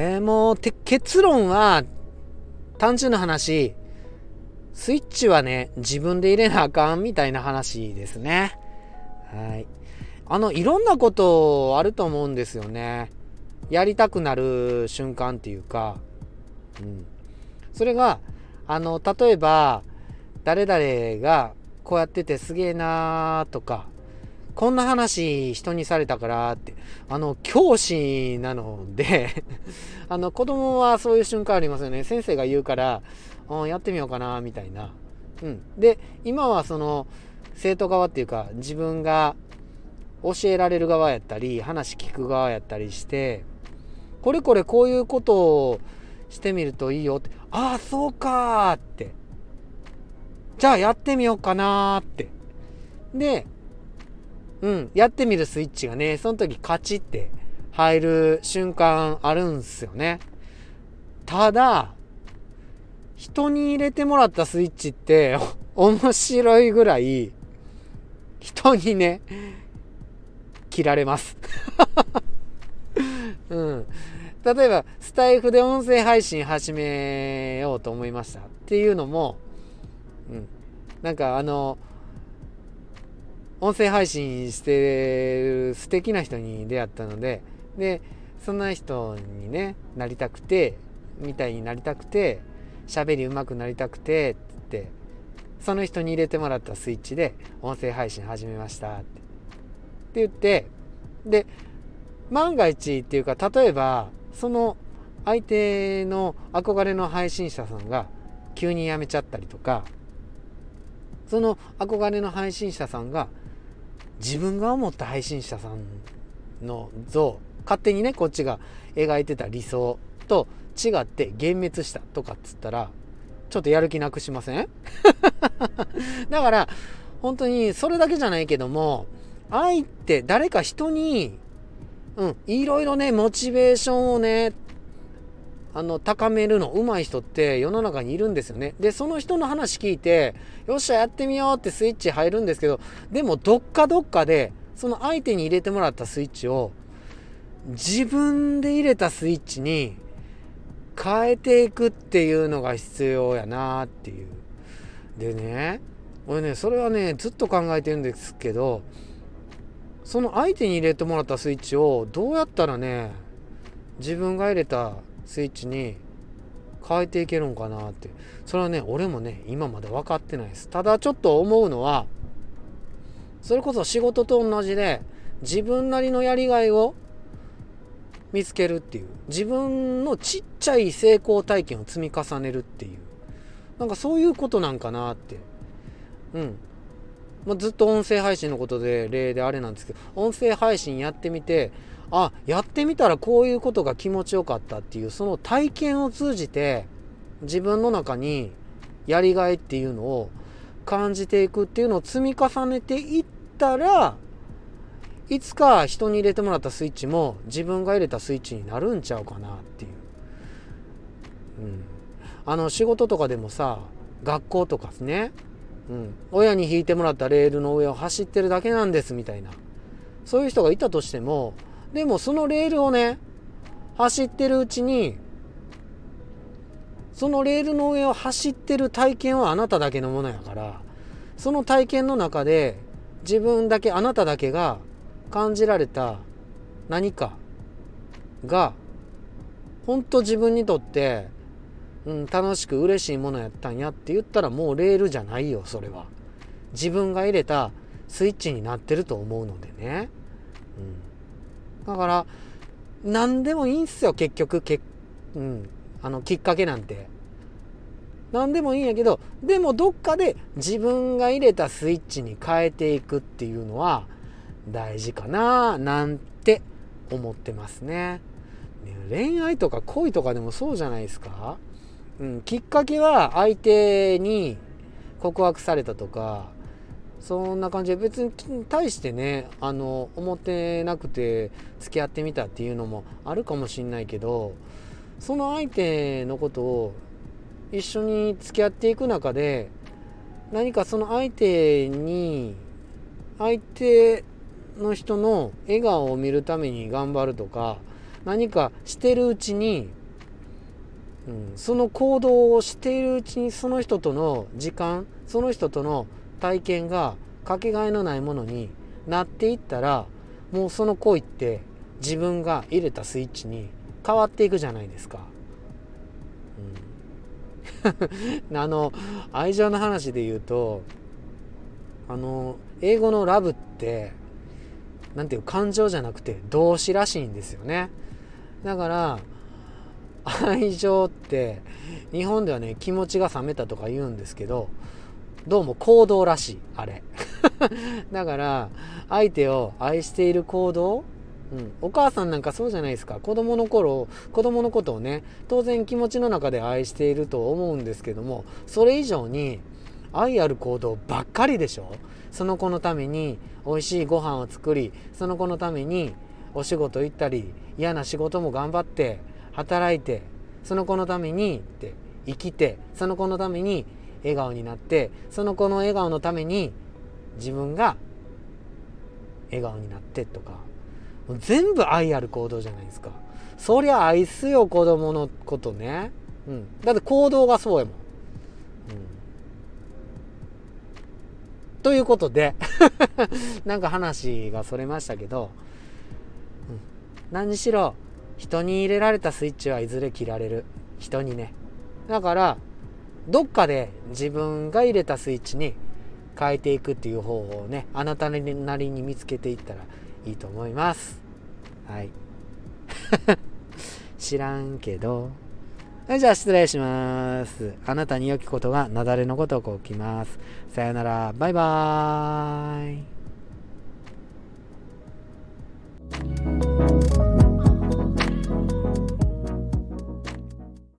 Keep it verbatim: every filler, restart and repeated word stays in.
えー、もうて結論は単純な話、スイッチはね自分で入れなあかんみたいな話ですね。はい。あのいろんなことあると思うんですよね。やりたくなる瞬間っていうか、うん、それがあの例えば誰々がこうやっててすげえなーとか、こんな話人にされたからって、あの教師なのであの子供はそういう瞬間ありますよね。先生が言うから、うん、やってみようかなみたいな、うん、で今はその生徒側っていうか自分が教えられる側やったり話聞く側やったりして、これこれこういうことをしてみるといいよって、ああそうかーって、じゃあやってみようかなーって、でうんやってみるスイッチがね、その時カチって入る瞬間あるんすよね。ただ人に入れてもらったスイッチって面白いぐらい人にね切られますうん、例えばスタイフで音声配信始めようと思いましたっていうのも、うん、なんかあの音声配信してる素敵な人に出会ったので、でそんな人にねなりたくてみたいになりたくて、喋り上手くなりたくてってその人に入れてもらったスイッチで音声配信始めましたってって言って、で万が一っていうか、例えばその相手の憧れの配信者さんが急に辞めちゃったりとか、その憧れの配信者さんが自分が思った配信者さんの像、勝手にねこっちが描いてた理想と違って幻滅したとかっつったらちょっとやる気なくしませんだから本当にそれだけじゃないけども、愛って誰か人にうん、いろいろねモチベーションをねあの高めるの上手い人って世の中にいるんですよね。でその人の話聞いてよっしゃやってみようってスイッチ入るんですけど、でもどっかどっかでその相手に入れてもらったスイッチを自分で入れたスイッチに変えていくっていうのが必要やなっていう。でね俺ねそれはねずっと考えてるんですけど、その相手に入れてもらったスイッチをどうやったらね自分が入れたスイッチに変えていけるんかなって、それはね俺もね今まで分かってないです。ただちょっと思うのは、それこそ仕事と同じで自分なりのやりがいを見つけるっていう、自分のちっちゃい成功体験を積み重ねるっていう、なんかそういうことなんかなって。うんまあ、ずっと音声配信のことで例であれなんですけど、音声配信やってみて、あやってみたらこういうことが気持ちよかったっていう、その体験を通じて自分の中にやりがいっていうのを感じていくっていうのを積み重ねていったら、いつか人に入れてもらったスイッチも自分が入れたスイッチになるんちゃうかなっていう、うん、あの仕事とかでもさ、学校とかですね、うん、親に引いてもらったレールの上を走ってるだけなんですみたいな、そういう人がいたとしても、でもそのレールをね走ってるうちに、そのレールの上を走ってる体験はあなただけのものやから、その体験の中で自分だけ、あなただけが感じられた何かが本当自分にとってうん、楽しく嬉しいものやったんやって言ったら、もうレールじゃないよ、それは自分が入れたスイッチになってると思うのでね、うん、だから何でもいいんすよ結局け、うん、あのきっかけなんて何でもいいんやけど、でもどっかで自分が入れたスイッチに変えていくっていうのは大事かななんて思ってますね。恋愛とか恋とかでもそうじゃないですか。うん、きっかけは相手に告白されたとか、そんな感じで別に対してねあの思ってなくて付き合ってみたっていうのもあるかもしんないけど、その相手のことを一緒に付き合っていく中で、何かその相手に相手の人の笑顔を見るために頑張るとか、 何かしてるうちに、うん、その行動をしているうちにその人との時間、その人との体験がかけがえのないものになっていったら、もうその行為って自分が入れたスイッチに変わっていくじゃないですか。うん、あの愛情の話で言うと、あの英語のラブってなんていう感情じゃなくて動詞らしいんですよね。だから愛情って日本ではね、気持ちが冷めたとか言うんですけど、どうも行動らしい、あれだから相手を愛している行動、うん、お母さんなんかそうじゃないですか。子供の頃、子供のことをね、当然気持ちの中で愛していると思うんですけども、それ以上に愛ある行動ばっかりでしょ。その子のために美味しいご飯を作り、その子のためにお仕事行ったり、嫌な仕事も頑張って働いて、その子のためにって生きて、その子のために笑顔になって、その子の笑顔のために自分が笑顔になってとか、全部愛ある行動じゃないですか。そりゃ愛すよ、子供のことね。うん、だって行動がそうやもん。うん、ということでなんか話がそれましたけど、うん、何にしろ人に入れられたスイッチはいずれ切られる。人にね。だからどっかで自分が入れたスイッチに変えていくっていう方法をね、あなたなりに見つけていったらいいと思います。はい知らんけど。じゃあ失礼します。あなたに良きことが雪崩のごとく起きます。さよなら、バイバーイ。